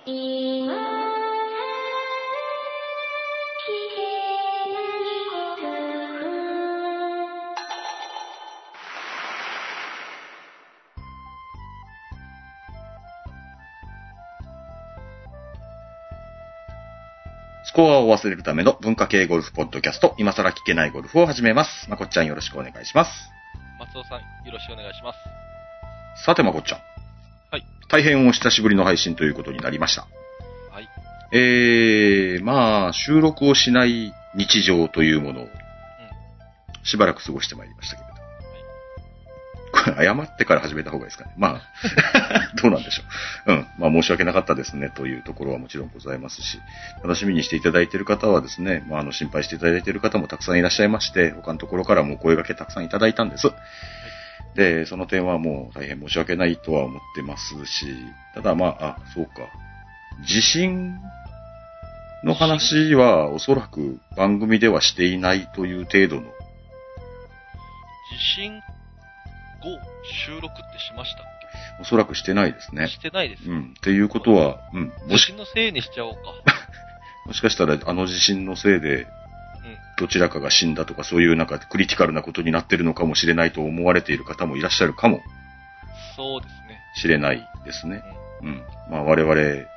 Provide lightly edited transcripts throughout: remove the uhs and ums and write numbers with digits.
スコアを忘れるための文化系ゴルフポッドキャスト、今更聞けないゴルフを始めます。まこっちゃんよろしくお願いします。 松尾さんよろしくお願いします。 さてまこっちゃん。 はい。 大変お久しぶりの配信ということになりました。 はい。 まあ、収録をしない日常というものを、しばらく過ごしてまいりましたけれど。これ謝ってから始めた方がいいですかね。まあ、どうなんでしょう。まあ申し訳なかったですねというところはもちろんございますし、楽しみにしていただいている方はですね、まあ心配していただいている方もたくさんいらっしゃいまして、他のところからも声掛けたくさんいただいたんです。で、その点はもう大変申し訳ないとは思ってますし、ただまあ、そうか。地震の話はおそらく番組ではしていないという程度の。 地震後収録ってしましたっけ？ おそらくしてないですね。 してないです。 っていうことは、 地震のせいにしちゃおうか。 もしかしたらあの地震のせいで、どちらかが死んだとかそういうなんかクリティカルなことになってるのかもしれないと思われている方もいらっしゃるかも。 そうですね。 しれないですね。まあ我々、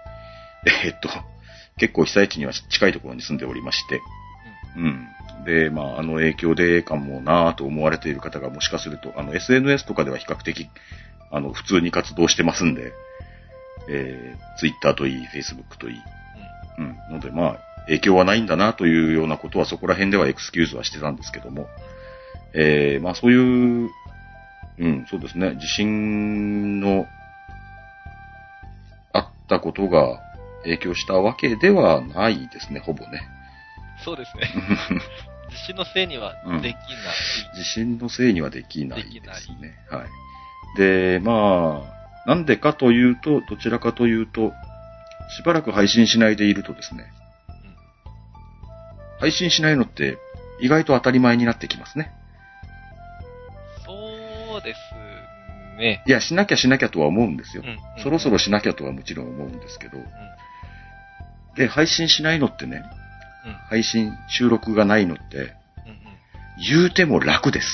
結構被災地には近いところに住んでおりまして、で、まあ、影響でかもなぁと思われている方がもしかすると、SNS とかでは比較的、普通に活動してますんで、Twitter といい、Facebook といい。ので、まあ、影響はないんだなというようなことはそこら辺ではエクスキューズはしてたんですけども、まあそういう、そうですね、地震のあったことが影響したわけではないですね、ほぼね。 そうですね。地震のせいにはできない。 地震のせいにはできないですね。はい。で、まあ、なんでかというと、どちらかというと、しばらく配信しないでいるとですね、配信しないのって意外と当たり前になってきますね。 そうですね。 いや、しなきゃとは思うんですよ。そろそろしなきゃとはもちろん思うんですけど。で、配信しないのってね、配信、収録がないのって、言うても楽です。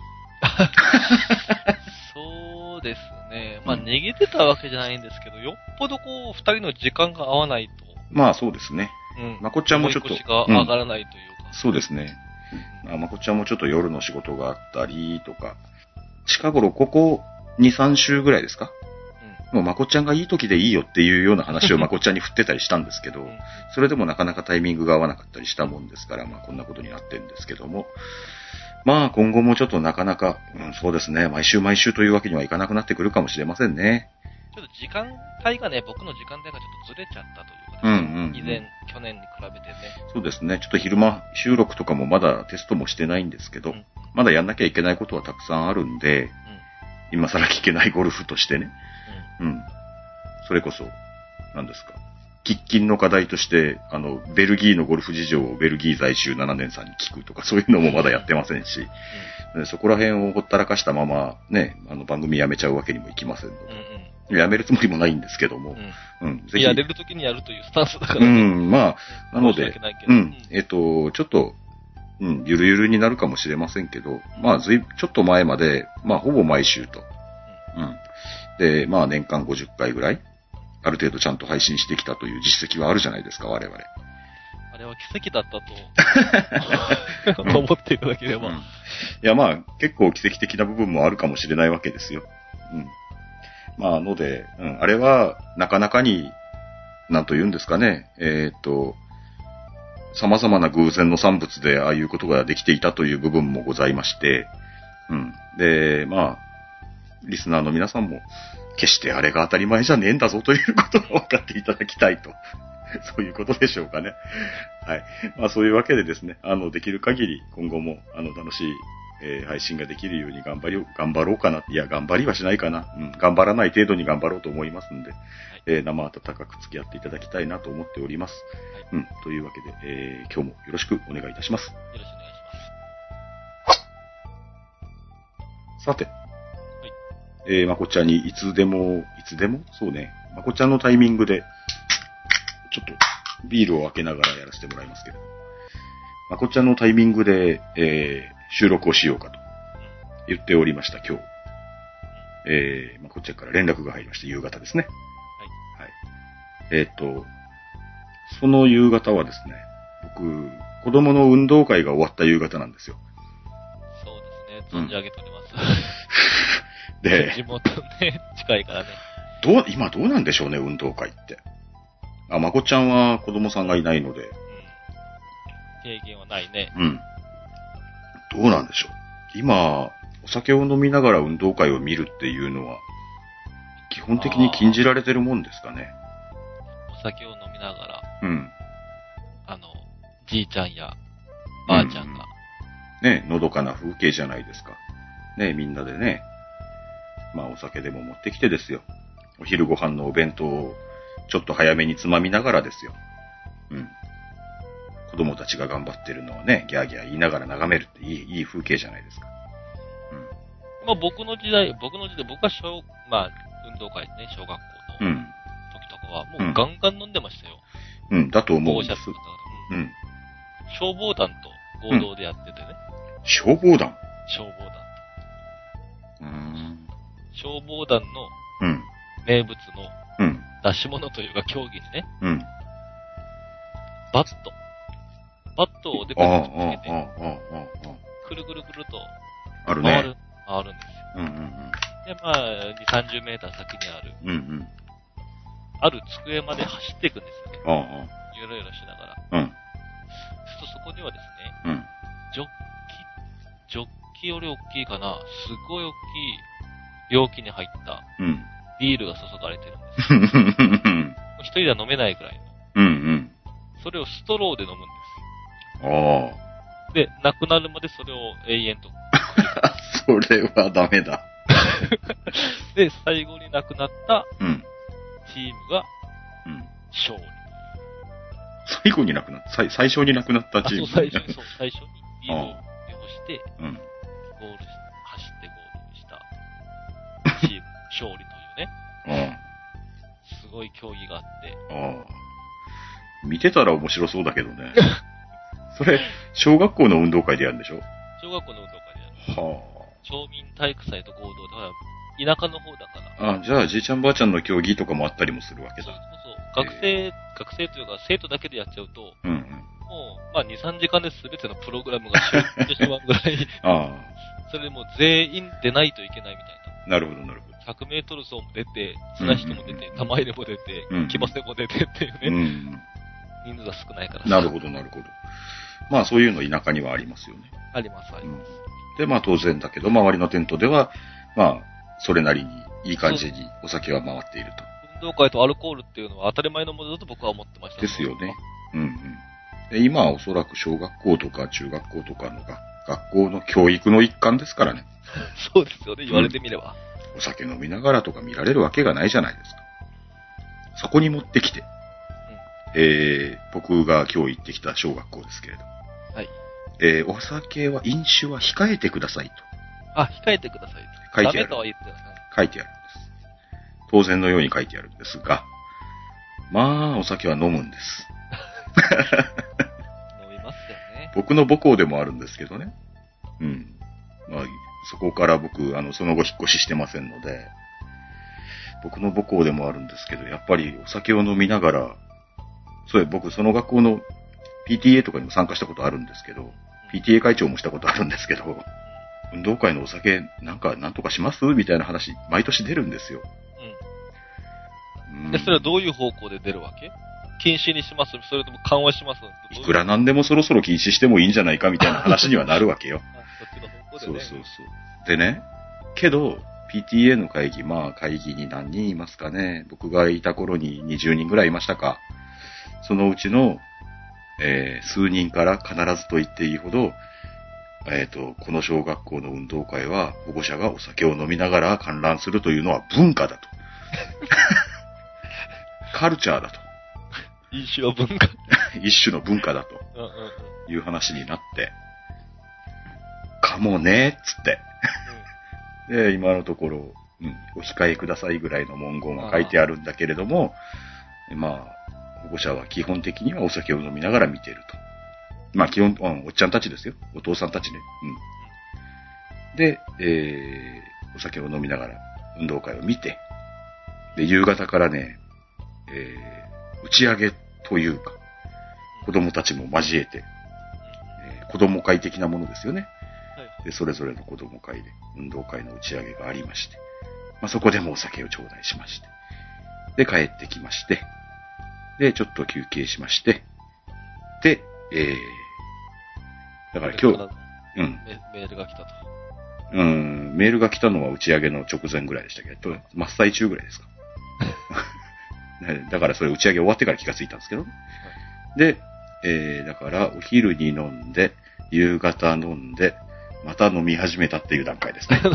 そうですね。まあ、逃げてたわけじゃないんですけど、よっぽどこう、二人の時間が合わないと。 まあそうですね。まこっちゃんもちょっと。 腰が上がらないというか。 そうですね。まこっちゃんもちょっと夜の仕事があったりとか、近頃ここ2、3週ぐらいですか？もうまこっちゃんがいい時でいいよっていうような話をまこっちゃんに振ってたりしたんですけど、それでもなかなかタイミングが合わなかったりしたもんですから、まあこんなことになってるんですけども、まあ今後もちょっとなかなか、そうですね、毎週というわけにはいかなくなってくるかもしれませんね。 ちょっと時間帯がね、僕の時間帯がちょっとずれちゃったというか、以前、去年に比べてね。 そうですね、ちょっと昼間収録とかもまだテストもしてないんですけど、まだやんなきゃいけないことはたくさんあるんで、今更聞けないゴルフとしてね。それこそ、何ですか。喫緊の課題として、ベルギーのゴルフ事情をベルギー在住7年さんに聞くとか、そういうのもまだやってませんし、そこら辺をほったらかしたまま、ね、番組やめちゃうわけにもいきませんので、やめるつもりもないんですけども、 ぜひ。やれるときにやるというスタンスだからね。 まあ、なので、ちょっと、ゆるゆるになるかもしれませんけど、まあ、ちょっと前まで、まあ、ほぼ毎週と。で、まあ、年間50回ぐらい、ある程度ちゃんと配信してきたという実績はあるじゃないですか、我々。 あれは奇跡だったと、思っていただければ。 いや、まあ、結構奇跡的な部分もあるかもしれないわけですよ。まあ、ので、あれは、なかなかに、なんと言うんですかね、様々な偶然の産物でああいうことができていたという部分もございまして、で、まあ、リスナーの皆さんも、決してあれが当たり前じゃねえんだぞということを分かっていただきたいと。そういうことでしょうかね。はい。まあそういうわけでですね、できる限り今後も、楽しい、配信ができるように頑張ろうかな。いや、頑張りはしないかな。頑張らない程度に頑張ろうと思いますんで、生温かく付き合っていただきたいなと思っております。というわけで、今日もよろしくお願いいたします。よろしくお願いします。 さて、まこっちゃんにいつでもそうね、まこっちゃんのタイミングで、 ちょっとビールを開けながらやらせてもらいますけど。まこっちゃんのタイミングで、収録をしようかと言っておりました、今日。まこっちゃんから連絡が入りました、夕方ですね。はい。はい。その夕方はですね、僕、子供の運動会が終わった夕方なんですよ。 そうですね、存じ上げております。 で、 地元ね、近いからね。 今どうなんでしょうね、運動会って。まこっちゃんは子供さんがいないので。 経験はないね。 うん。どうなんでしょう。今、お酒を飲みながら運動会を見るっていうのは、基本的に禁じられてるもんですかね。 お酒を飲みながら、 うん。 じいちゃんやばあちゃんが。 ね、のどかな風景じゃないですか。ね、みんなでね、まあお酒でも持ってきてですよ。お昼ご飯のお弁当をちょっと早めにつまみながらですよ。うん。子供たちが頑張ってるのをね、ギャーギャー言いながら眺めるっていい風景じゃないですか。うん。 まあ僕の時代、僕は運動会ね、小学校の時とかは、もうガンガン飲んでましたよ。 うん、だと思うんです。 うん。消防団と合同でやっててね。 消防団消防団の名物の出し物というか競技にね、バットをでかくつけて、くるくるくると回るんですよ。で、まあ、2、30メーター先にある、ある机まで走っていくんですよね。ゆらゆらしながら。そこにはですね、ジョッキより大きいかな、すごい大きい容器に入ったビールが注がれてるんですよ。一人では飲めないくらいの。それをストローで飲むんです。で、なくなるまでそれを永遠と。 それはダメだ。 で、最後になくなったチームが勝利。 最後になくなった、最初になくなったチーム。 最初にビールを用して、走ってゴールしたチーム勝利というね。すごい競技があって。 見てたら面白そうだけどね。それ、小学校の運動会でやるんでしょ？ 小学校の運動会でやる。町民体育祭と合同だから、田舎の方だから。 じゃあ、じいちゃんばあちゃんの競技とかもあったりもするわけだ。 そう。学生というか、生徒だけでやっちゃうと、もう、まあ、2、3時間で全てのプログラムが終了してしまうぐらい、それでもう全員出ないといけないみたいな。 なるほど。 100メートル走も出て、綱引きも出て、玉入れも出て、騎馬戦も出てっていうね。人数が少ないから。 なるほど。まあ、そういうの田舎にはありますよね。 あります。 で、まあ当然だけど、周りのテントでは、まあ、それなりにいい感じにお酒は回っていると。 運動会とアルコールっていうのは当たり前のものだと僕は思ってました。 ですよね。で今はおそらく小学校とか中学校とかの学校の教育の一環ですからね。 そうですよね、言われてみれば。 お酒飲みながらとか見られるわけがないじゃないですか。そこに持ってきて、僕が今日行ってきた小学校ですけれど。 はい。 お酒は、飲酒は控えてくださいと。 控えてくださいと。 書いてある。 ダメとは言ってない。 書いてあるんです。当然のように書いてあるんですが、まあ、お酒は飲むんです。 飲みますよね。 僕の母校でもあるんですけどね。まあ、そこから僕、その後引っ越ししてませんので、僕の母校でもあるんですけど、やっぱりお酒を飲みながら、僕その学校の PTA とかにも参加したことあるんですけど、PTA 会長もしたことあるんですけど、運動会のお酒なんとかしますみたいな話、毎年出るんですよ。 で、それはどういう方向で出るわけ？禁止にします？それとも緩和します？ いくらなんでもそろそろ禁止してもいいんじゃないかみたいな話にはなるわけよ。 そっちの方向でね。 そう。でね、けど、PTA の会議、まあ会議に何人いますかね。僕がいた頃に20人ぐらいいましたか。そのうちの、数人から必ずと言っていいほど、この小学校の運動会は保護者がお酒を飲みながら観覧するというのは文化だと。カルチャーだと。 飲酒は文化。 一種の文化だと。いう話になって。かもねっつって。で、今のところ、お控えくださいぐらいの文言は書いてあるんだけれども、まあ、 保護者は基本的にはお酒を飲みながら見ていると。まあ基本、おっちゃんたちですよ。お父さんたちね。で、お酒を飲みながら運動会を見て、で、夕方からね、打ち上げというか、子供たちも交えて、子供会的なものですよね。で、それぞれの子供会で運動会の打ち上げがありまして、まあそこでもお酒を頂戴しまして、で、帰ってきまして、で、ちょっと休憩しまして、で、だから今日、 メールが来たと。 メールが来たのは打ち上げの直前ぐらいでしたけど、真っ最中ぐらいですか。だからそれ打ち上げ終わってから気がついたんですけど、で、だからお昼に飲んで、夕方飲んで、また飲み始めたっていう段階ですね。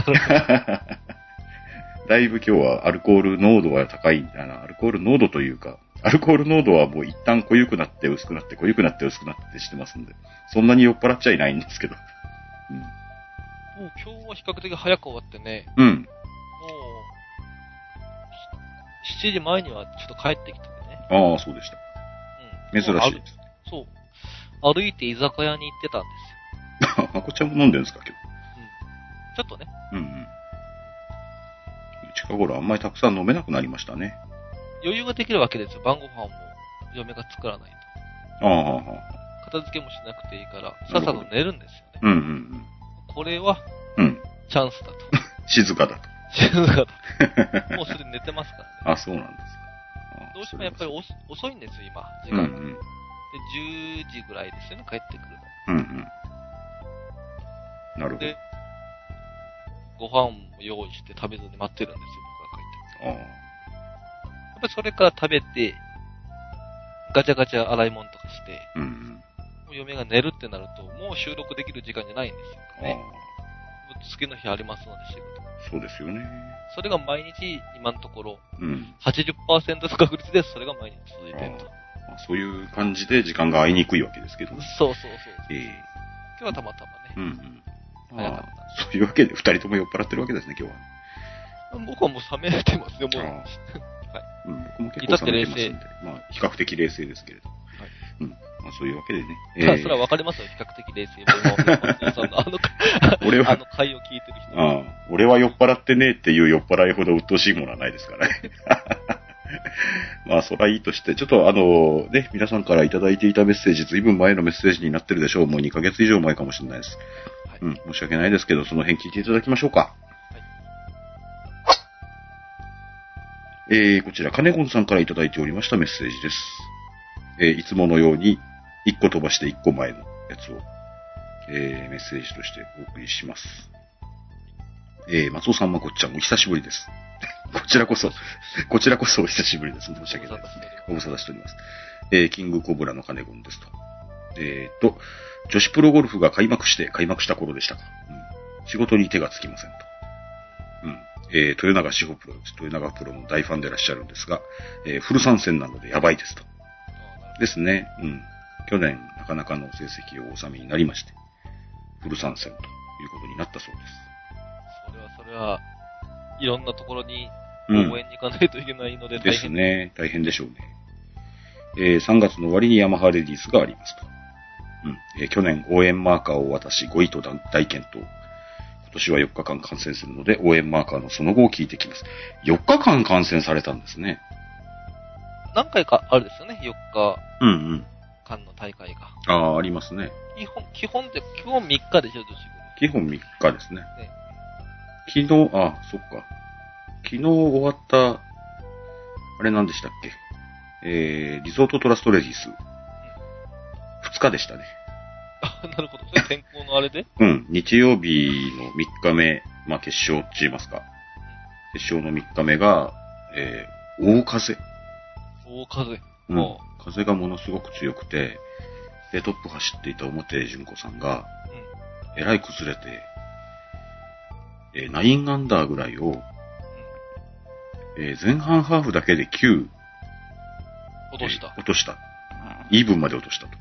だいぶ今日はアルコール濃度は高いんだな。アルコール濃度というか、アルコール濃度はもう一旦濃ゆくなって薄くなって濃ゆくなって薄くなってしてますんで、そんなに酔っ払っちゃいないんですけど。 もう今日は比較的早く終わってね。 もう、 7時前にはちょっと帰ってきてね。 ああ、そうでした。珍しいです。 そう。歩いて居酒屋に行ってたんですよ。まこちゃんも飲んでるんですか、今日。 ちょっとね。 近頃あんまりたくさん飲めなくなりましたね。 余裕ができるわけですよ。晩ご飯も嫁が作らないと。片付けもしなくていいから、さっさと寝るんですよね。これは、チャンスだと。 静かだと。 静かだ。もうすでに寝てますからね。 あ、そうなんですか。 どうしてもやっぱり遅いんですよ、今、時間が。で、10時ぐらいですよね、帰ってくるの。 なるほど。で、 ご飯も用意して食べずに待ってるんですよ、僕が帰ってくる。やっぱりそれから食べて、ガチャガチャ洗い物とかして、もう嫁が寝るってなると、もう収録できる時間じゃないんですよね。次の日ありますので仕事。 そうですよね。 それが毎日、今のところ、80% の確率でそれが毎日続いていると。 そういう感じで時間が合いにくいわけですけどね。 そう。今日はたまたまね。早かった。 そういうわけで、二人とも酔っ払ってるわけですね、今日は。 僕はもう冷めてますよ、もう。 僕も結構冷めてますんで。まあ、比較的冷静ですけれど。まあ、そういうわけでね。 それはわかりますよ、比較的冷静。俺は、回を聞いてる人。 俺は酔っ払ってねえっていう酔っ払いほど鬱陶しいものはないですからね。まあ、それはいいとして、ちょっとね、皆さんからいただいていたメッセージ、ずいぶん前のメッセージになってるでしょう。もう2ヶ月以上前かもしれないです。申し訳ないですけど、その辺聞いていただきましょうか。こちら、カネゴンさんからいただいておりましたメッセージです。いつものように、1個飛ばして1個前のやつを、メッセージとしてお送りします。松尾さん、まこっちゃん、お久しぶりです。こちらこそお久しぶりです。申し訳ないです。ご無沙汰しております。キングコブラのカネゴンですと。女子プロゴルフが開幕した頃でしたか。仕事に手がつきませんと。豊永志保プロ、豊永プロの大ファンでいらっしゃるんですが、フル参戦なのでやばいですと。ですね。去年、なかなかの成績をお収めになりまして、フル参戦ということになったそうです。 それは、いろんなところに応援に行かないといけないので大変ですね。大変でしょうね。3月の終わりにヤマハレディースがありますと。去年応援マーカーを渡し5位と大健闘。今年は4日間観戦するので応援マーカーのその後を聞いてきます。4日間観戦されたんですね。 何回かあるですよね、4日間の大会が。 ありますね。 基本3日でしょ、女子。 基本3日ですね。昨日、そっか。昨日終わった、あれ何でしたっけ？リゾートトラストレディス。2日でしたね。 なるほど。それ天候のあれで？ 日曜日の3日目、まあ決勝って言いますか。決勝の3日目が、大風。 大風。 風がものすごく強くて、で、トップ走っていた表純子さんが、えらい崩れて、9アンダーぐらいを、前半ハーフだけで9、 落とした。 イーブンまで落としたと。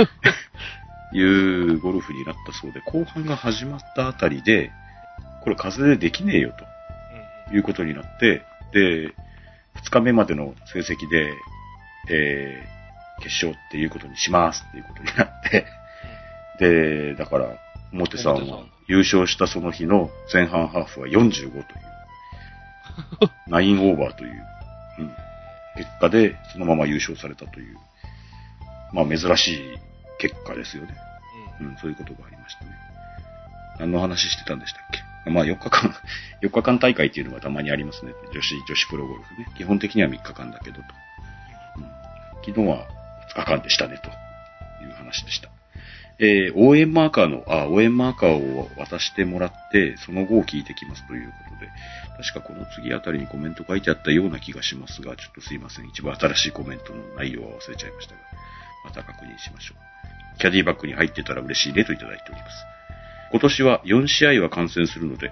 いうゴルフになったそうで、後半が始まったあたりで、これ風でできねえよと、いうことになって、で、2日目までの成績で、 決勝っていうことにしますっていうことになって、で、だから、表さんは優勝したその日の前半ハーフは45という、9オーバーという、結果でそのまま優勝されたという、まあ珍しい結果ですよね。そういうことがありましたね。何の話してたんでしたっけ？まあ4日間大会っていうのがたまにありますね。女子プロゴルフね。基本的には3日間だけどと。昨日は2日間でしたねという話でした。応援マーカーを渡してもらって、その後を聞いてきますということで、確かこの次あたりにコメント書いてあったような気がしますが、ちょっとすいません。一番新しいコメントの内容は忘れちゃいましたが、また確認しましょう。キャディバッグに入ってたら嬉しいねといただいております。今年は4試合は観戦するので、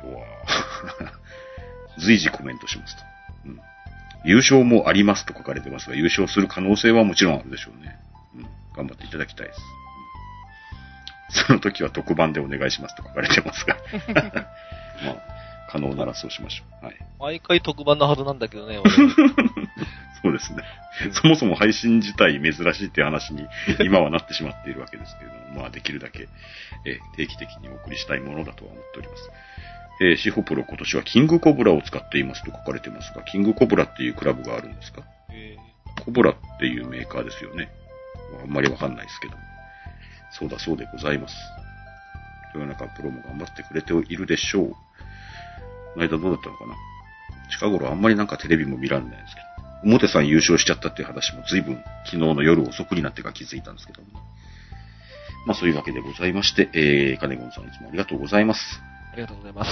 随時コメントしますと。優勝もありますと書かれてますが、優勝する可能性はもちろんあるでしょうね。頑張っていただきたいです。その時は特番でお願いしますと書かれてますが。まあ、可能ならそうしましょう。はい。 毎回特番のはずなんだけどね、 そうですね。そもそも配信自体珍しいっていう話に今はなってしまっているわけですけれども、まあできるだけ定期的にお送りしたいものだとは思っております。シホプロ今年はキングコブラを使っていますと書かれてますが、キングコブラっていうクラブがあるんですか？コブラっていうメーカーですよね。あんまりわかんないですけど。そうだそうでございます。豊中プロも頑張ってくれているでしょう。この間どうだったのかな？近頃あんまりなんかテレビも見られないですけど。表さん優勝しちゃったっていう話も随分昨日の夜遅くになってから気づいたんですけども。まあそういうわけでございまして、カネゴンさんいつもありがとうございます。 ありがとうございます。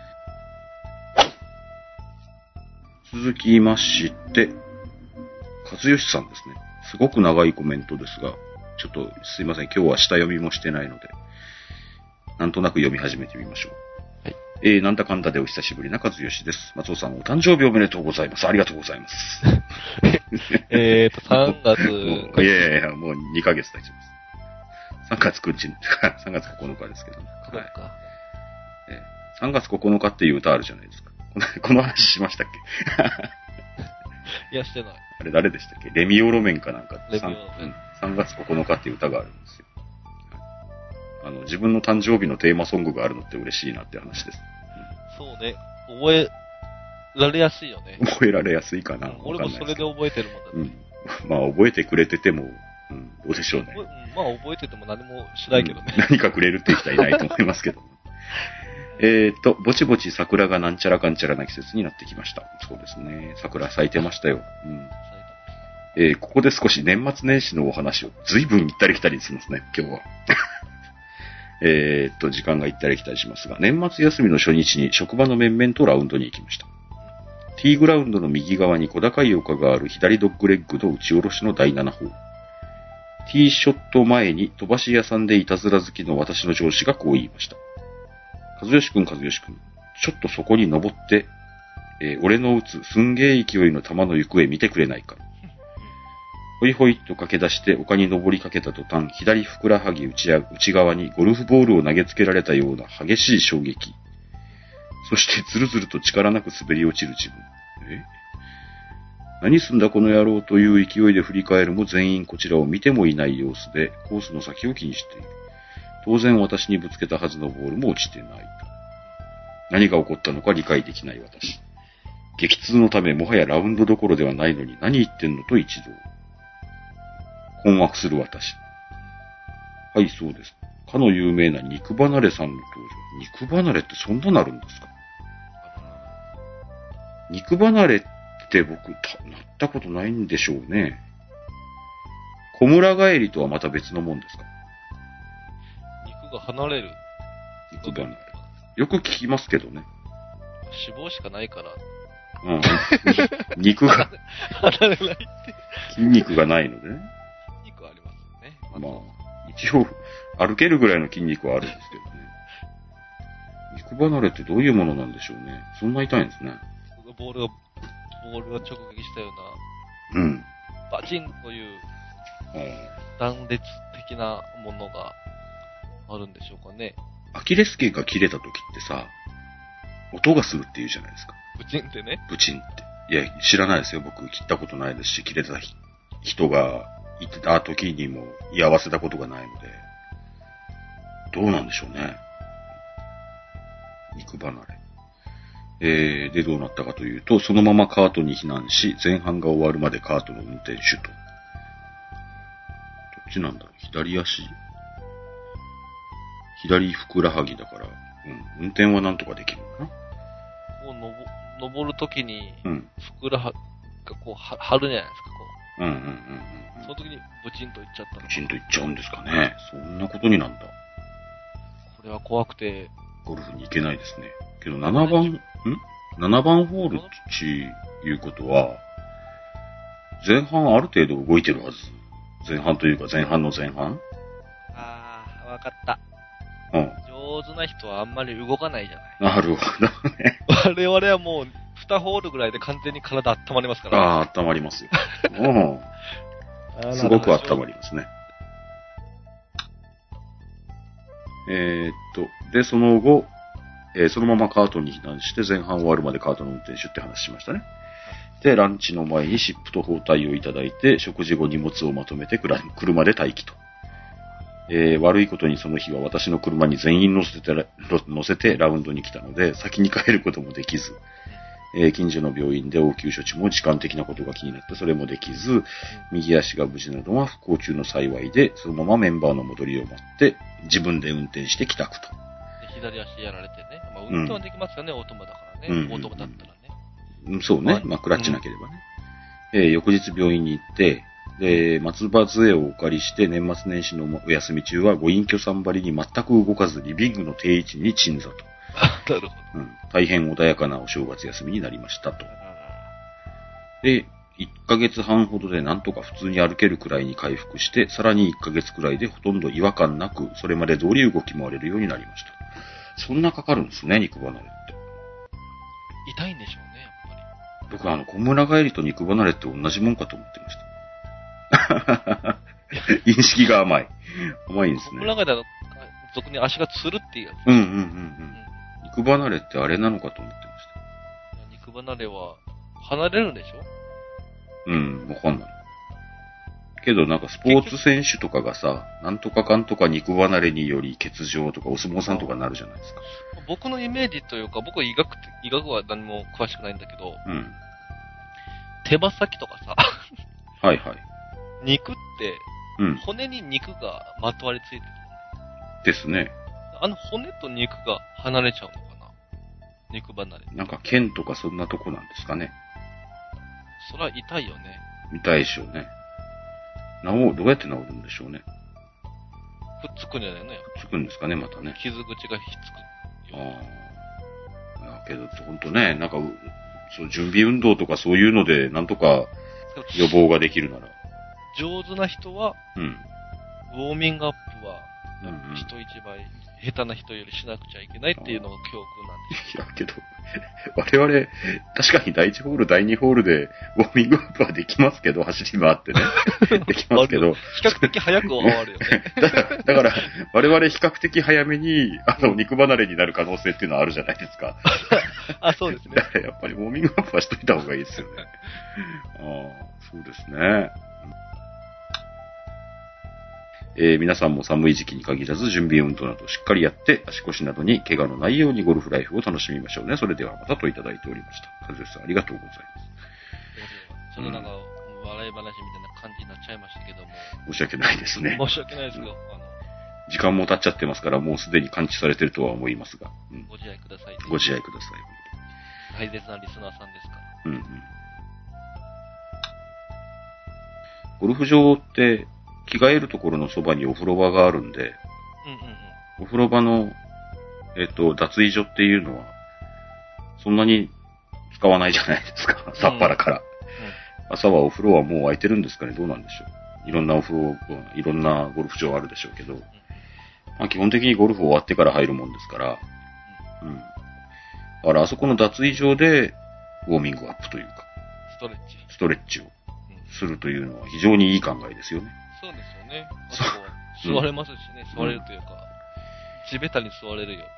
続きまして、和義さんですね。すごく長いコメントですが、ちょっとすいません。今日は下読みもしてないので、なんとなく読み始めてみましょう。はい。なんだかんだでお久しぶりな和義です。松尾さんお誕生日おめでとうございます。ありがとうございます。 3月。 いや、もう2ヶ月経ちます。3月9日ですけどね。はい。3月9日っていう歌あるじゃないですか。この話しましたっけ？いや、してない。 あれ誰でしたっけ？レミオロメンかなんか。レミオロメン。3月9日っていう歌があるんですよ。自分の誕生日のテーマソングがあるのって嬉しいなって話です。 そうね。覚えられやすいよね。 覚えられやすいかな。 俺もそれで覚えてるもんだって。 まあ覚えてくれてても、どうでしょうね。 まあ覚えてても何もしないけどね。 何かくれるって人はいないと思いますけど。ぼちぼち桜がなんちゃらかんちゃらな季節になってきました。そうですね。桜咲いてましたよ。ここで少し年末年始のお話を随分行ったり来たりしますね、今日は。時間が行ったり来たりしますが、年末休みの初日に職場の面々とラウンドに行きました。ティーグラウンドの右側に小高い丘がある左ドッグレッグの打ち下ろしの第7ホール。ティーショット前に飛ばし屋さんでいたずら好きの私の上司がこう言いました。和義くん、ちょっとそこに登って、俺の打つすんげえ勢いの球の行方見てくれないか。ほいほいと駆け出して丘に登りかけた途端、左ふくらはぎ内側にゴルフボールを投げつけられたような激しい衝撃。そしてずるずると力なく滑り落ちる自分。何すんだこの野郎という勢いで振り返るも全員こちらを見てもいない様子でコースの先を気にしている。当然私にぶつけたはずのボールも落ちてないと。何が起こったのか理解できない私。激痛のためもはやラウンドどころではないのに何言ってんのと一同。困惑する私。はい、そうです。かの有名な肉離れさんの登場。肉離れってそんななるんですか？肉離れって僕、なったことないんでしょうね。小村帰りとはまた別のもんですか？ 肉が離れる。 肉離れ。よく聞きますけどね。 脂肪しかないから。 肉が。 離れないって。 筋肉がないのでね。 筋肉はありますね。 まあ、一応、歩けるぐらいの筋肉はあるんですけどね。肉離れってどういうものなんでしょうね。そんな痛いんですね。 ボールが直撃したような、バチンという、断裂的なものがあるんでしょうかね。 アキレス腱が切れた時ってさ、音がするって言うじゃないですか。 ブチンってね。 ブチンって。いや、知らないですよ。僕、切ったことないですし、切れた人人がいた時にも居合わせたことがないので、どうなんでしょうね。肉離れ。で、どうなったかというと、そのままカートに避難し、前半が終わるまでカートの運転手と。どっちなんだろう、左ふくらはぎだから、運転はなんとかできるのかな。もう登るときに、ふくらはぎがこう、張るじゃないですか、こう。その時にブチンといっちゃったの。 ブチンといっちゃうんですかね。そんなことになんだ。これは怖くて。 ゴルフに行けないですね。けど7番ホールっていうことは、前半ある程度動いてるはず。前半というか前半の前半？ ああ、わかった。上手な人はあんまり動かないじゃない。なるほどね。 我々はもう2ホールぐらいで完全に体温まりますから。 ああ、温まりますよ。すごく温まりますね。で、その後、そのままカートに避難して前半終わるまでカートの運転手って話しましたね。で、ランチの前に湿布と包帯をいただいて、食事後荷物をまとめて車で待機と。悪いことにその日は私の車に全員乗せてラウンドに来たので、先に帰ることもできず、近所の病院で応急処置も時間的なことが気になってそれもできず、右足が無事なのは不幸中の幸いで、そのままメンバーの戻りを待って、自分で運転して帰宅と。 左足やられてね。まあ、運転はできますよね、オートマだからね。オートマだったらね。 そうね。まあ、クラッチなければね。翌日病院に行って、で、松葉杖をお借りして年末年始のお休み中はご隠居さんばりに全く動かずリビングの定位置に鎮座と。 なるほど。 大変穏やかなお正月休みになりましたと。で、1ヶ月半ほどでなんとか普通に歩けるくらいに回復して、さらに1ヶ月くらいでほとんど違和感なく、それまで通り動き回れるようになりました。そんなかかるんですね、肉離れって。 痛いんでしょうね、やっぱり。 僕小村帰りと肉離れって同じもんかと思ってました。認識が甘い。甘いんですね。 小村帰りだと、俗に足がつるっていうやつ。 肉離れってあれなのかと思ってました。 肉離れは、離れるんでしょ？ わかんない。けどなんかスポーツ選手とかがさ、なんとかかんとか肉離れにより欠場とかお相撲さんとかなるじゃないですか。 僕のイメージというか、僕は医学は何も詳しくないんだけど、手羽先とかさ、 はいはい。 肉って、骨に肉がまとわりついてる。 ですね。 骨と肉が離れちゃうのかな？肉離れ。 なんか腱とかそんなとこなんですかね。 それは痛いよね。 痛いでしょうね。どうやって治るんでしょうね。 くっつくんじゃないのよ。 くっつくんですかね、またね。 傷口がひっつく。 けど、ほんとね、なんか、準備運動とかそういうので、なんとか予防ができるなら。 上手な人は、ウォーミングアップは、人一倍、下手な人よりしなくちゃいけないっていうのが教訓なんです。 いや、けど、我々、確かに第1ホール、第2ホールで、ウォーミングアップはできますけど、走り回ってね。できますけど。 比較的早く終わるよね。 だから、我々比較的早めに、肉離れになる可能性っていうのはあるじゃないですか。 そうですね。 だからやっぱりウォーミングアップはしといた方がいいですよね。そうですね。皆さんも寒い時期に限らず準備運動などしっかりやって足腰などに怪我のないようにゴルフライフを楽しみましょうね。それではまたといただいておりました。和義さんありがとうございます。 ちょっとなんか笑い話みたいな感じになっちゃいましたけども。 申し訳ないですね。 申し訳ないですけど、 時間も経っちゃってますからもうすでに感知されてるとは思いますが。 ご自愛ください。 ご自愛ください。大切なリスナーさんですから。 ゴルフ場って着替えるところのそばにお風呂場があるんで、お風呂場の、脱衣所っていうのは、そんなに使わないじゃないですか。さっぱらから。朝はお風呂はもう空いてるんですかね。どうなんでしょう。いろんないろんなゴルフ場あるでしょうけど、まあ、基本的にゴルフ終わってから入るもんですから、だからあそこの脱衣場でウォーミングアップというか、ストレッチをするというのは非常にいい考えですよね。 そうですよね。座れますしね、座れるというか、地べたに座れるよ。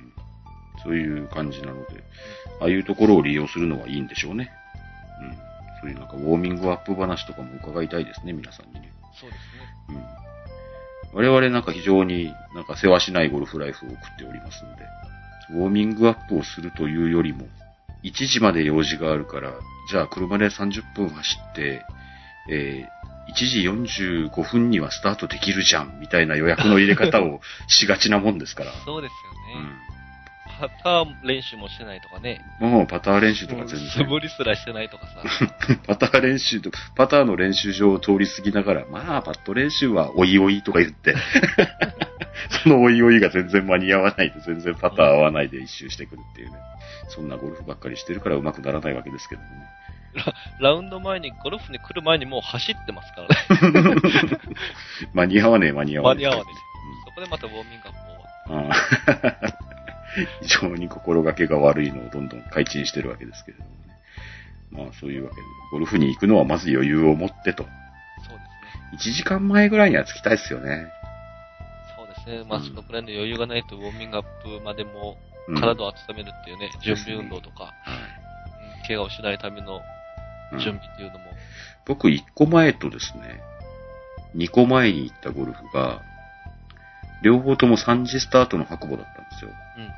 そういう感じなので、ああいうところを利用するのはいいんでしょうね。 そういうなんかウォーミングアップ話とかも伺いたいですね、皆さんにね。 そうですね。 我々なんか非常になんか世話しないゴルフライフを送っておりますんで、ウォーミングアップをするというよりも、1時まで用事があるから、じゃあ車で30分走って、1時45分にはスタートできるじゃん、みたいな予約の入れ方をしがちなもんですから。 そうですよね。パター練習もしてないとかね。 もうパター練習とか全然。 素振りすらしてないとかさ。 パターの練習場を通り過ぎながら、まあ、パット練習はおいおいとか言って、そのおいおいが全然間に合わないで、全然パター合わないで一周してくるっていうね。そんなゴルフばっかりしてるから上手くならないわけですけどもね。 ラウンド前に、ゴルフに来る前にもう走ってますからね。 間に合わねえ。 そこでまたウォーミングアップを。 非常に心がけが悪いのをどんどん改陳してるわけですけれどもね。まあそういうわけで、ゴルフに行くのはまず余裕を持ってと。 そうですね。 1時間前ぐらいには着きたいですよね。 そうですね。まあそのくらいの余裕がないとウォーミングアップまでも体を温めるっていうね、準備運動とか、怪我をしないための準備っていうのも。 僕1個前とですね、2個前に行ったゴルフが、両方とも3時スタートの白母だったんですよ。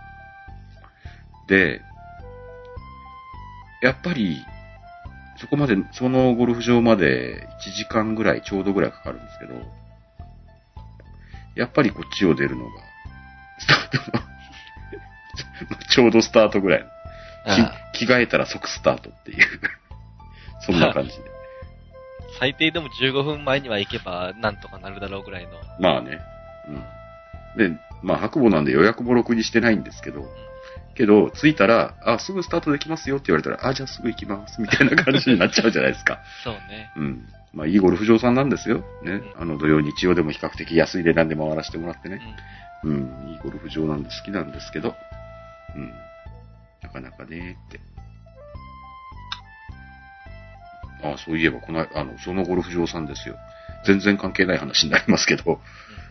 で、やっぱり、そのゴルフ場まで1時間ぐらい、ちょうどぐらいかかるんですけど、やっぱりこっちを出るのが、スタートの、ちょうどスタートぐらい。着替えたら即スタートっていう、そんな感じで。 最低でも15分前には行けばなんとかなるだろうぐらいの。 まあね。で、まあ白母なんで予約もろくにしてないんですけど、着いたら、すぐスタートできますよって言われたら、じゃあすぐ行きます、みたいな感じになっちゃうじゃないですか。 そうね。 まあいいゴルフ場さんなんですよ。ね。土曜日曜でも比較的安い値段で回らせてもらってね。いいゴルフ場なんで好きなんですけど、なかなかねって。そういえば、そのゴルフ場さんですよ。全然関係ない話になりますけど、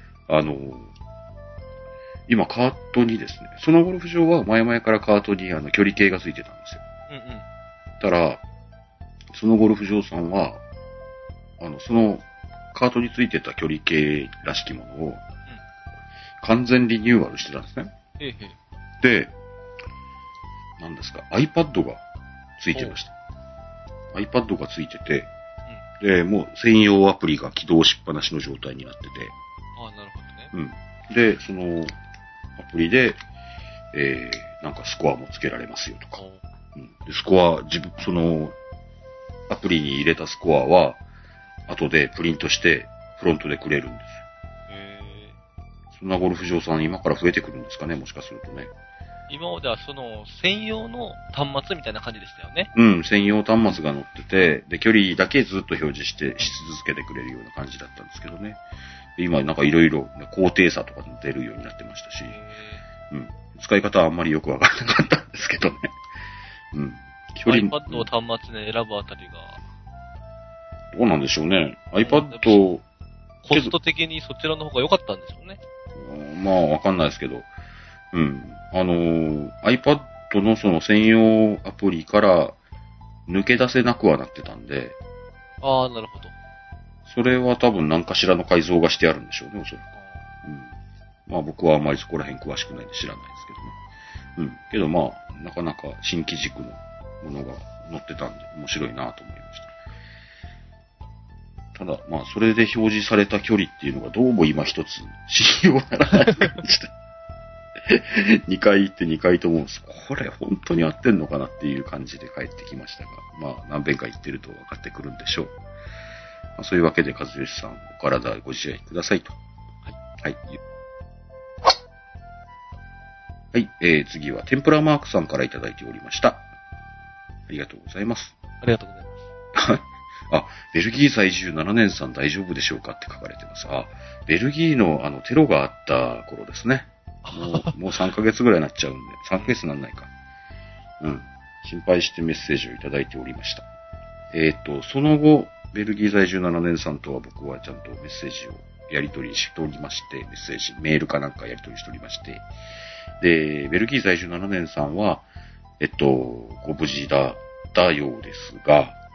今カートにですね、そのゴルフ場は前々からカートに距離計がついてたんですよ。ただ、そのゴルフ場さんは、そのカートについてた距離計らしきものを、完全リニューアルしてたんですね。で、何ですか、iPad がついてました。iPad がついてて、で、もう専用アプリが起動しっぱなしの状態になってて。 なるほどね。 で、そのアプリで、なんかスコアもつけられますよとか。でスコア、そのアプリに入れたスコアは、後でプリントしてフロントでくれるんですよ。そんなゴルフ場さん今から増えてくるんですかね、もしかするとね。 今まではその専用の端末みたいな感じでしたよね。 専用端末が載ってて、で、距離だけずっと表示し続けてくれるような感じだったんですけどね。で今なんかいろいろ高低差とかも出るようになってましたし、使い方はあんまりよくわからなかったんですけどね。 距離も。iPad を端末で選ぶあたりが。 どうなんでしょうね。iPad、 コスト的にそちらの方が良かったんでしょうね。 まあわかんないですけど。iPad のその専用アプリから抜け出せなくはなってたんで。 なるほど。 それは多分何かしらの改造がしてあるんでしょうね、おそらく。まあ僕はあまりそこら辺詳しくないんで知らないですけどね。けどまあ、なかなか新機軸のものが載ってたんで面白いなと思いました。ただ、まあそれで表示された距離っていうのがどうも今一つ信用ならない感じで。2回行って2回とも、これ本当に合ってんのかなっていう感じで帰ってきましたが、まあ何遍か行ってると分かってくるんでしょう。そういうわけで、和義さん、お体ご自愛くださいと。はい。はい。次は、天ぷらマークさんからいただいておりました。ありがとうございます。 ありがとうございます。 ベルギー在住7年さん大丈夫でしょうかって書かれてます。ベルギーのテロがあった頃ですね。もう3ヶ月ぐらいになっちゃうんで、3ヶ月になんないか。心配してメッセージをいただいておりました。その後、ベルギー在住7年さんとは僕はちゃんとメッセージをやり取りしておりまして、メールかなんかやり取りしておりまして、で、ベルギー在住7年さんは、ご無事だったようですが、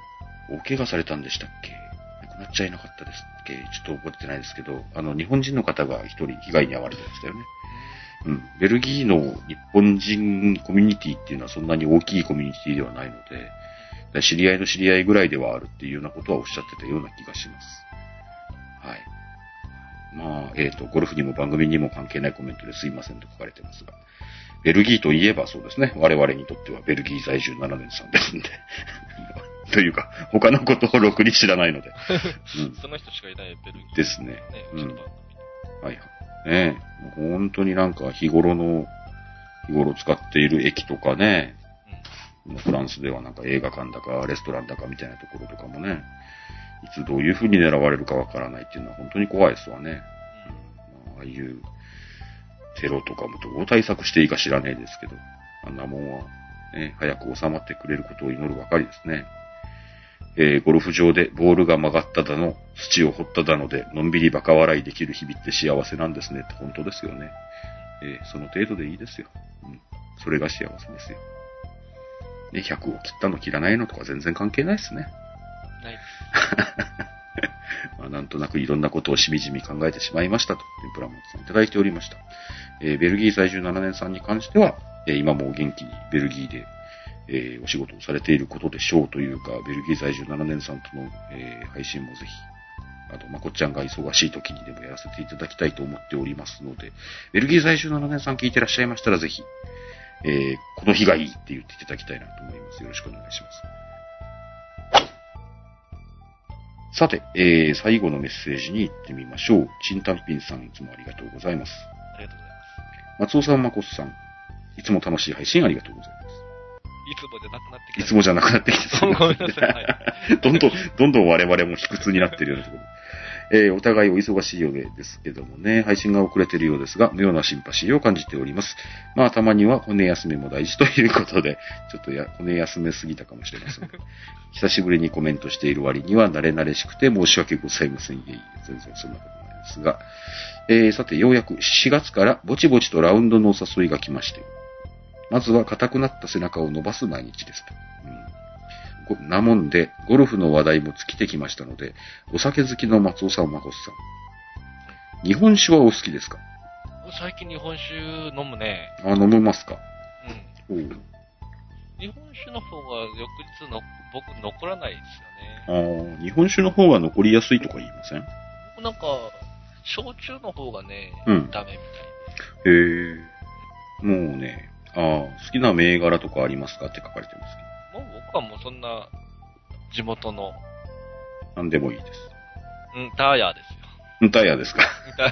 大怪我されたんでしたっけ？亡くなっちゃいなかったですっけ？ちょっと覚えてないですけど、日本人の方が一人被害に遭われてましたよね。うん。ベルギーの日本人コミュニティっていうのはそんなに大きいコミュニティではないので、知り合いの知り合いぐらいではあるっていうようなことはおっしゃってたような気がします。はい。まあ、ゴルフにも番組にも関係ないコメントですいませんと書かれてますが、ベルギーといえばそうですね。我々にとってはベルギー在住7年さんですんで。というか、他のことをろくに知らないので。 うん、その人しかいないベルギー。 ですね。うん。はいはい。ねえ、本当になんか日頃使っている駅とかね、うん、フランスではなんか映画館だかレストランだかみたいなところとかもね、いつどういう風に狙われるかわからないっていうのは本当に怖いですわね。うん、ああいうテロとかもどう対策していいか知らねえですけど、あんなもんは、ね、早く収まってくれることを祈るばかりですね。ゴルフ場でボールが曲がっただの、土を掘っただので、のんびりバカ笑いできる日々って幸せなんですねって本当ですよね。その程度でいいですよ。うん。それが幸せですよ。ね、100を切ったの切らないのとか全然関係ないですね。 ない。 まあ、なんとなくいろんなことをしみじみ考えてしまいましたと、天ぷらもさんいただいておりました。ベルギー在住7年さんに関しては、今も元気にベルギーで、お仕事をされていることでしょうというか、ベルギー在住7年さんとの、配信もぜひ、あと、まこっちゃんが忙しい時にでもやらせていただきたいと思っておりますので、ベルギー在住7年さん聞いてらっしゃいましたらぜひ、この日がいいって言っていただきたいなと思います。よろしくお願いします。さて、最後のメッセージに行ってみましょう。チンタンピンさん、いつもありがとうございます。 ありがとうございます。 松尾さん、まこっさん、いつも楽しい配信ありがとうございます。 いつもじゃなくなってきた。 いつもじゃなくなってきた。 ごめんなさい。はい、 どんどん我々も卑屈になっているようなところ。お互いお忙しいようですけどもね、配信が遅れているようですが、妙なシンパシーを感じております。まあ、たまには骨休めも大事ということで、ちょっと骨休めすぎたかもしれません。久しぶりにコメントしている割には慣れ慣れしくて申し訳ございません。いえいえ、全然そんなことないですが、さて、ようやく4月からぼちぼちとラウンドのお誘いが来まして、まずは硬くなった背中を伸ばす毎日ですと。なもんで、ゴルフの話題も尽きてきましたので、お酒好きの松尾さん、まこっさん。日本酒はお好きですか？ 最近日本酒飲むね。 あ、飲みますか？ うん。日本酒の方が翌日の僕残らないですよね。日本酒の方が残りやすいとか言いません？ なんか、焼酎の方がね、ダメみたいで。へえ。もうね、好きな銘柄とかありますかって書かれてますけど。 もう僕はもうそんな、地元の。 なんでもいいです。 ターヤですよ。 ターヤですか。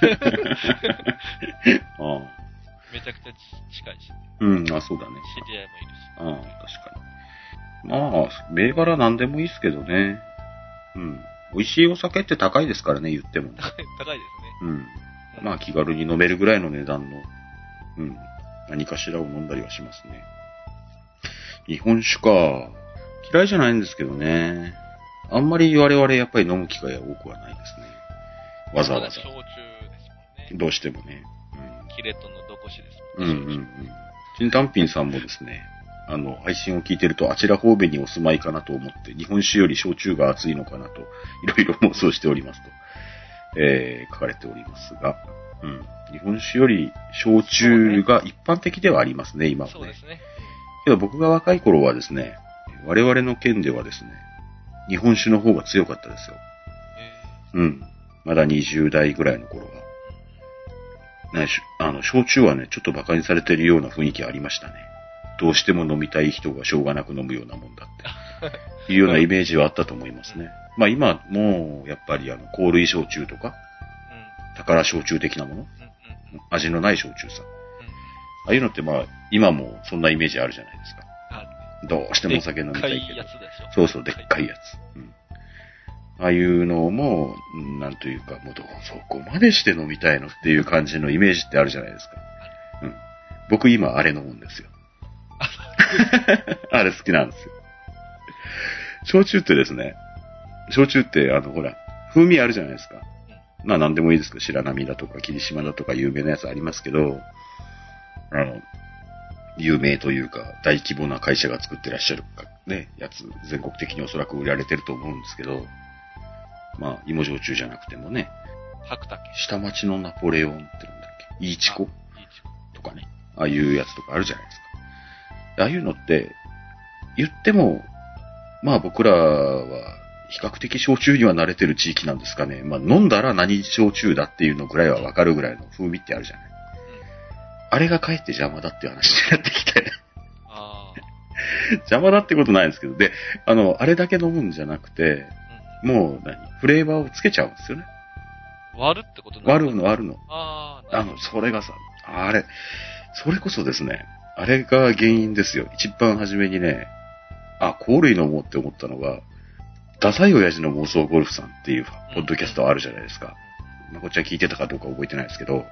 めちゃくちゃ近いし。 そうだね。 知り合いもいるし。 確かに。まあ、銘柄なんでもいいですけどね。美味しいお酒って高いですからね、言っても。高いですね。 まあ、気軽に飲めるぐらいの値段の、何かしらを飲んだりはしますね。日本酒か。嫌いじゃないんですけどね。あんまり我々やっぱり飲む機会は多くはないですね。わざわざ。 焼酎ですもんね。 どうしてもね。 キレットのどこしですもんね。 チンタンピンさんもですね、配信を聞いてるとあちら方面にお住まいかなと思って、日本酒より焼酎が熱いのかなと、いろいろ妄想しておりますと、書かれておりますが、日本酒より焼酎が一般的ではありますね、今はね。 そうですね。 けど僕が若い頃はですね、我々の県ではですね、日本酒の方が強かったですよ。まだ20代ぐらいの頃は。焼酎はね、ちょっと馬鹿にされてるような雰囲気ありましたね。どうしても飲みたい人がしょうがなく飲むようなもんだって。いうようなイメージはあったと思いますね。まあ今、もう、やっぱり香類焼酎とか、宝焼酎的なもの、味のない焼酎さ。ああいうのってまあ、今もそんなイメージあるじゃないですか。どうしてもお酒飲みたいけど。 でっかいやつでしょ。 そうそう、でっかいやつ。ああいうのも、なんというか、もうそこまでして飲みたいのっていう感じのイメージってあるじゃないですか。僕今あれ飲むんですよ。あれ好きなんですよ。焼酎ってですね、焼酎ってほら、風味あるじゃないですか。まあ何でもいいですけど、白波だとか霧島だとか有名なやつありますけど、 有名というか、大規模な会社が作ってらっしゃるね、やつ、全国的におそらく売られてると思うんですけど、まあ、芋焼酎じゃなくてもね、 白竹。 下町のナポレオンってなんだっけ、イーチコとかね、ああいうやつとかあるじゃないですか。ああいうのって、言っても、まあ僕らは比較的焼酎には慣れてる地域なんですかね。まあ飲んだら何焼酎だっていうのぐらいはわかるぐらいの風味ってあるじゃない。あれがかえって邪魔だっていう話になってきて。邪魔だってことないんですけど、で、あれだけ飲むんじゃなくて、もうフレーバーをつけちゃうんですよね。 割るってことなんですか？ 割るの。それがさ、それこそですね、あれが原因ですよ。一番初めにね、香類飲もうって思ったのが、ダサい親父の妄想ゴルフさんっていうポッドキャストあるじゃないですか。こっちは聞いてたかどうか覚えてないですけど、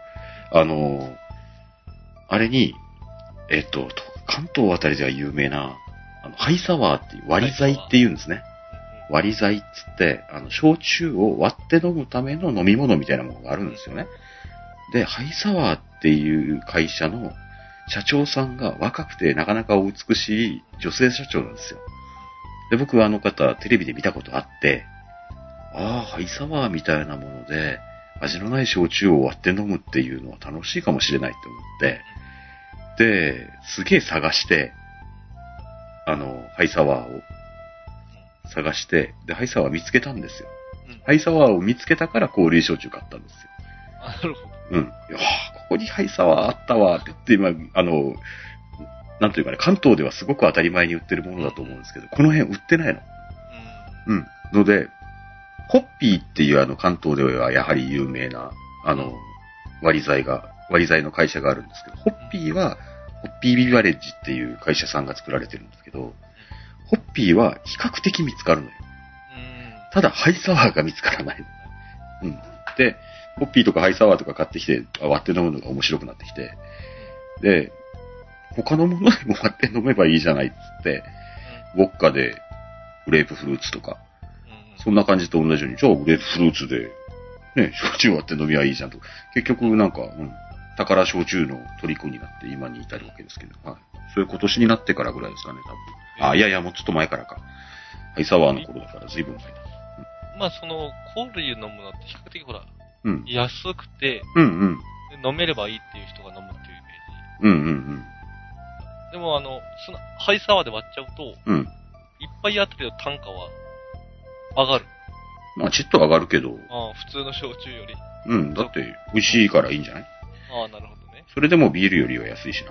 あれに、関東あたりでは有名な、ハイサワーっていう割り剤って言うんですね。割り剤っつって、焼酎を割って飲むための飲み物みたいなものがあるんですよね。で、ハイサワーっていう会社の社長さんが若くてなかなかお美しい女性社長なんですよ。で、僕はあの方、テレビで見たことあって、ハイサワーみたいなもので、味のない焼酎を割って飲むっていうのは楽しいかもしれないって思って、で、すげえ探して、ハイサワーを探して、で、ハイサワー見つけたんですよ。ハイサワーを見つけたから香類焼酎買ったんですよ。 なるほど。 ここにハイサワーあったわって言って、今、なんというかね、関東ではすごく当たり前に売ってるものだと思うんですけど、この辺売ってないの。ので、ホッピーっていう関東ではやはり有名な、割り剤の会社があるんですけど、ホッピーは、ホッピービバレッジっていう会社さんが作られてるんですけど、ホッピーは比較的見つかるのよ。ただ、ハイサワーが見つからないの。で、ホッピーとかハイサワーとか買ってきて、割って飲むのが面白くなってきて、で、他のものでも割って飲めばいいじゃないっつって、ウォッカでグレープフルーツとか、そんな感じと同じように、じゃあグレープフルーツで、ね、焼酎割って飲みはいいじゃんと。結局なんか、宝焼酎の虜になって今に至るわけですけど、それ今年になってからぐらいですかね、多分。いや、もうちょっと前からか。ハイサワーの頃だから随分前だ。 香類飲むのって比較的ほら、安くて、飲めればいいっていう人が飲むっていうイメージ。でもハイサワーで割っちゃうと、一杯あたりの単価は上がる。 まあ、ちっと上がるけど。 普通の焼酎より。 だって、美味しいからいいんじゃない？ なるほどね。それでもビールよりは安いしな。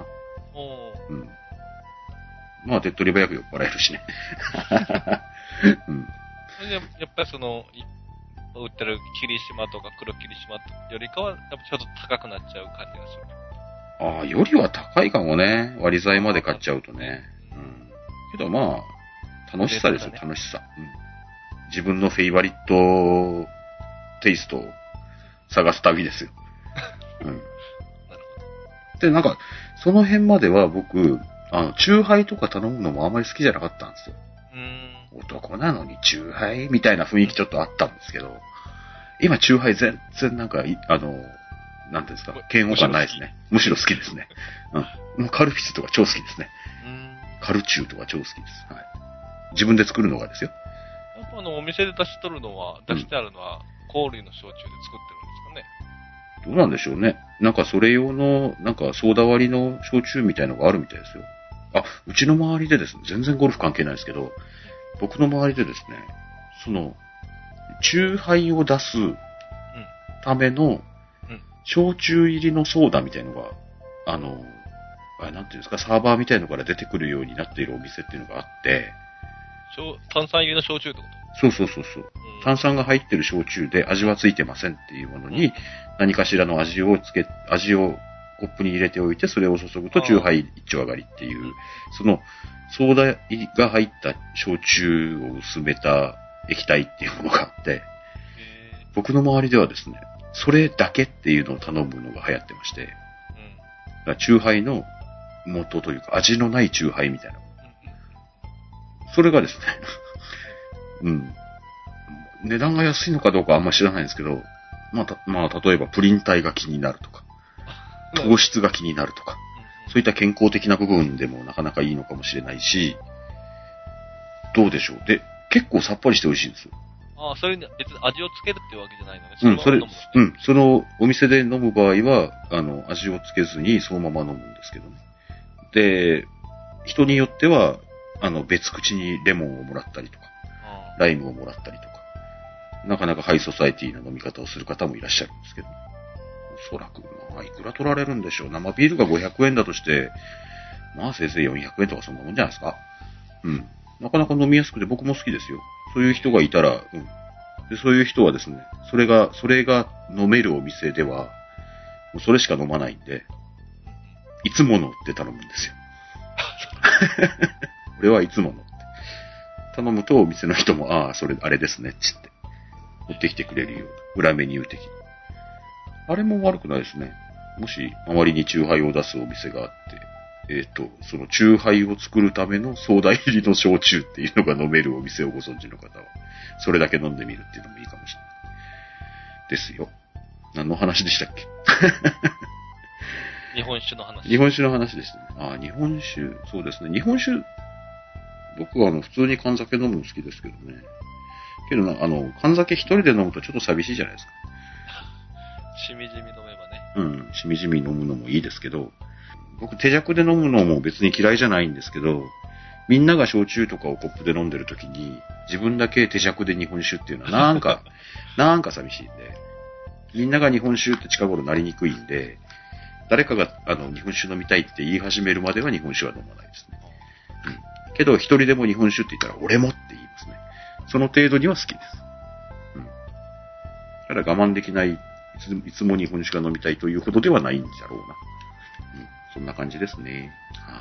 まあ、手っ取り早く酔っ払えるしね。 それで、やっぱり売ってる霧島とか黒霧島よりかは、やっぱちょっと高くなっちゃう感じがする。 よりは高いかもね。割り剤まで買っちゃうとね。けどまあ、楽しさですよ、楽しさ。自分のフェイバリットテイストを探す旅ですよ。で、なんか、その辺までは僕、チューハイとか頼むのもあんまり好きじゃなかったんですよ。男なのにチューハイみたいな雰囲気ちょっとあったんですけど、今チューハイ全然なんか、なんていうんですか、嫌悪感ないですね。むしろ好きですね。もうカルピスとか超好きですね。カルチューとか超好きです。自分で作るのがですよ。 やっぱお店で出してあるのは、香類の焼酎で作ってるんですかね。 どうなんでしょうね。なんかそれ用の、なんかソーダ割りの焼酎みたいのがあるみたいですよ。うちの周りでですね、全然ゴルフ関係ないですけど、僕の周りでですね、チューハイを出すための、焼酎入りのソーダみたいのが、なんていうんですか、サーバーみたいのから出てくるようになっているお店っていうのがあって、 炭酸入りの焼酎ってこと？ そう。炭酸が入ってる焼酎で味はついてませんっていうものに、何かしらの味をコップに入れておいて、それを注ぐとチューハイ一丁上がりっていう、ソーダが入った焼酎を薄めた液体っていうものがあって、僕の周りではですね、それだけっていうのを頼むのが流行ってまして、チューハイの元というか味のないチューハイみたいな。それがですね、値段が安いのかどうかあんま知らないんですけど、まあ、例えばプリン体が気になるとか、糖質が気になるとか、 そういった健康的な部分でもなかなかいいのかもしれないし、どうでしょう。で、結構さっぱりして美味しいんですよ。 ああ、そういうの、別に味をつけるっていうわけじゃないのね。 そのお店で飲む場合は、味をつけずにそのまま飲むんですけどね。で、人によっては、別口にレモンをもらったりとか、ライムをもらったりとか、なかなかハイソサイティな飲み方をする方もいらっしゃるんですけど、おそらく、まあ、いくら取られるんでしょう。生ビールが500円だとして、まあ、せいぜい400円とかそんなもんじゃないですか。うん。なかなか飲みやすくて僕も好きですよ。そういう人がいたら、うん。で、そういう人はですね、それが飲めるお店では、もうそれしか飲まないんで、いつものって頼むんですよ。俺はいつものって。頼むとお店の人も、ああ、それ、あれですね、つって。持ってきてくれるような、裏メニュー的に。あれも悪くないですね。もし、周りにチューハイを出すお店があって、そのチューハイを作るためのソーダ入りの焼酎っていうのが飲めるお店をご存知の方は、それだけ飲んでみるっていうのもいいかもしれない。ですよ。何の話でしたっけ？ 日本酒の話。 日本酒の話でしたね。ああ、日本酒、そうですね。日本酒、僕は普通に缶酒飲むの好きですけどね。けど缶酒一人で飲むとちょっと寂しいじゃないですか。 しみじみ飲めばね。 うん、しみじみ飲むのもいいですけど、僕手酌で飲むのも別に嫌いじゃないんですけど、みんなが焼酎とかをコップで飲んでるときに、自分だけ手酌で日本酒っていうのはなんか寂しいんで、みんなが日本酒って近頃なりにくいんで、誰かが日本酒飲みたいって言い始めるまでは日本酒は飲まないですね。うん。けど一人でも日本酒って言ったら俺もって言いますね。その程度には好きです。うん。ただ我慢できない、いつも日本酒が飲みたいというほどではないんだろうな。うん。そんな感じですね。はい。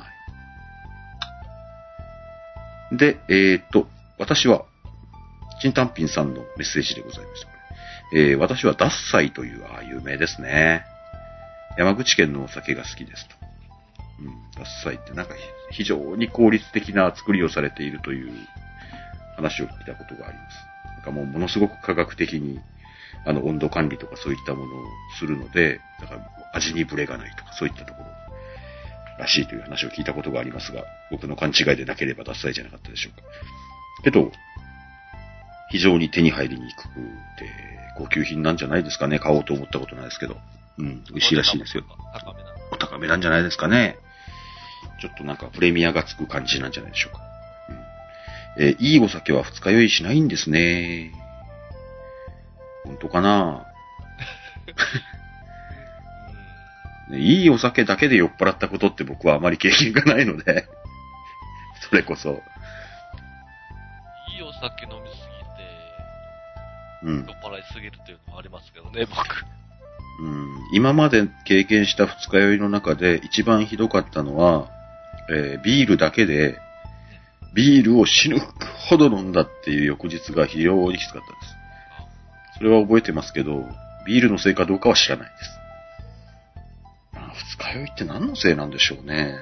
で、私は、チンタンピンさんのメッセージでございました。私はダッサイという、有名ですね。山口県のお酒が好きですと。うん、ダッサイってなんか非常に効率的な作りをされているという話を聞いたことがあります。なんかものすごく科学的に温度管理とかそういったものをするので、だから味にブレがないとかそういったところらしいという話を聞いたことがありますが、僕の勘違いでなければダッサイじゃなかったでしょうか。けど、非常に手に入りにくくて、高級品なんじゃないですかね。買おうと思ったことないですけど。うん、美味しいらしいですよ。お高めなんじゃないですかね。ちょっとなんかプレミアがつく感じなんじゃないでしょうか。いいお酒は二日酔いしないんですね。本当かないいお酒だけで酔っ払ったことって僕はあまり経験がないので、それこそ。 いいお酒飲みすぎて、酔っ払いすぎるというのもありますけどね、僕。 今まで経験した二日酔いの中で一番ひどかったのは、ビールだけで、ビールを死ぬほど飲んだっていう翌日が非常にきつかったです。それは覚えてますけど、ビールのせいかどうかは知らないです。二日酔いって何のせいなんでしょうね。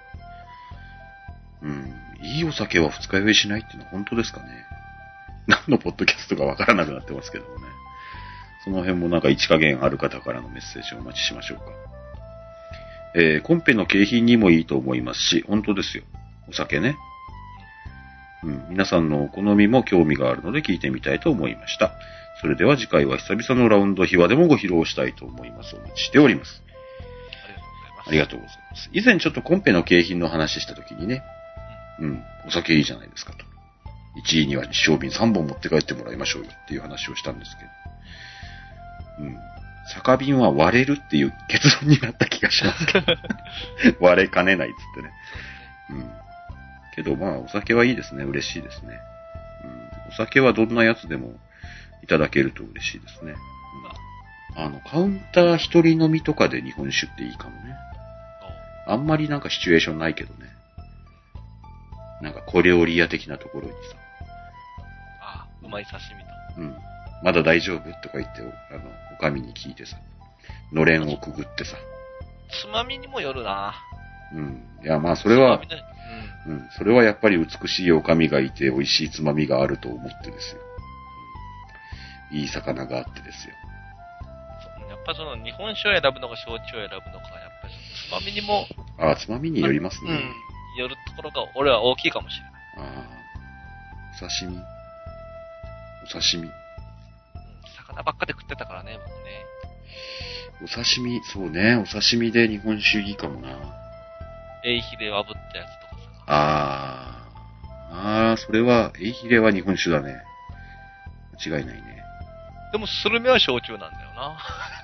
いいお酒は二日酔いしないっていうのは本当ですかね。何のポッドキャストかわからなくなってますけどもね。その辺もなんか一加減ある方からのメッセージをお待ちしましょうか。コンペの景品にもいいと思いますし、本当ですよ。お酒ね。皆さんのお好みも興味があるので聞いてみたいと思いました。それでは次回は久々のラウンド秘話でもご披露したいと思います。お待ちしております。ありがとうございます。以前ちょっとコンペの景品の話したときにね、お酒いいじゃないですかと。1位には日照瓶3本持って帰ってもらいましょうよっていう話をしたんですけど。酒瓶は割れるっていう結論になった気がしますけど。割れかねないっつってね。けどまあお酒はいいですね。嬉しいですね。お酒はどんなやつでもいただけると嬉しいですね。カウンター一人飲みとかで日本酒っていいかもね。あんまりなんかシチュエーションないけどね。なんか小料理屋的なところにさ。 うまい刺身と。 まだ大丈夫とか言って、おかみに聞いてさ。のれんをくぐってさ。 つまみにもよるな。 いや、まあそれは、それはやっぱり美しいおかみがいて美味しいつまみがあると思ってですよ。いい魚があってですよ。 やっぱその日本酒を選ぶのか焼酎を選ぶのか、やっぱりつまみにも。 あ、つまみによりますね。 うん。よるところが、俺は大きいかもしれない。 ああ。お刺身。お刺身。 魚ばっかで食ってたからね、僕ね。 お刺身、そうね。お刺身で日本酒いいかもな。 エイヒレを炙ったやつとかさ。 それは、エイヒレは日本酒だね。間違いないね。 でも、スルメは焼酎なんだよな。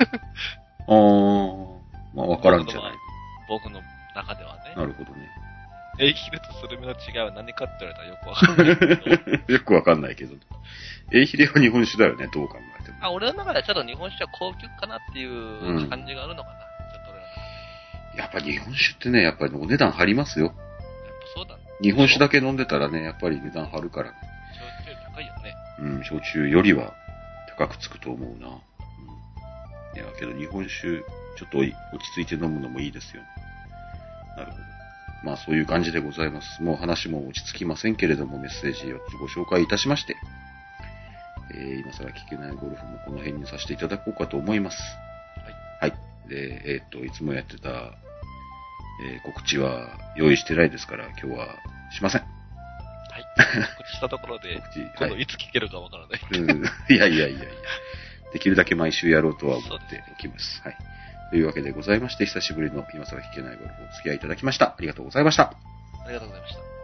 まあ、わからんじゃない。 僕の中ではね。 なるほどね。 エイヒレとスルメの違いは何かって言われたらよくわかんないけど。 よくわかんないけど。エイヒレは日本酒だよね、どう考えても。 俺の中ではちょっと日本酒は高級かなっていう感じがあるのかな。ちょっと俺の中で。やっぱ日本酒ってね、やっぱりお値段張りますよ。やっぱそうだね。日本酒だけ飲んでたらね、やっぱり値段張るからね。 焼酎高いよね。 うん、焼酎よりは高くつくと思うな。いや、けど日本酒、ちょっと落ち着いて飲むのもいいですよ。なるほど。まあそういう感じでございます。もう話も落ち着きませんけれども、メッセージをご紹介いたしまして、今更聞けないゴルフもこの辺にさせていただこうかと思います。はい。はい。で、いつもやってた、告知は用意してないですから、今日はしません。はい。 告知したところで、今度いつ聞けるかわからない。 いや。できるだけ毎週やろうとは思っておきます。はい。というわけでございまして、久しぶりの今更聞けないゴルフをお付き合いいただきました。ありがとうございました。 ありがとうございました。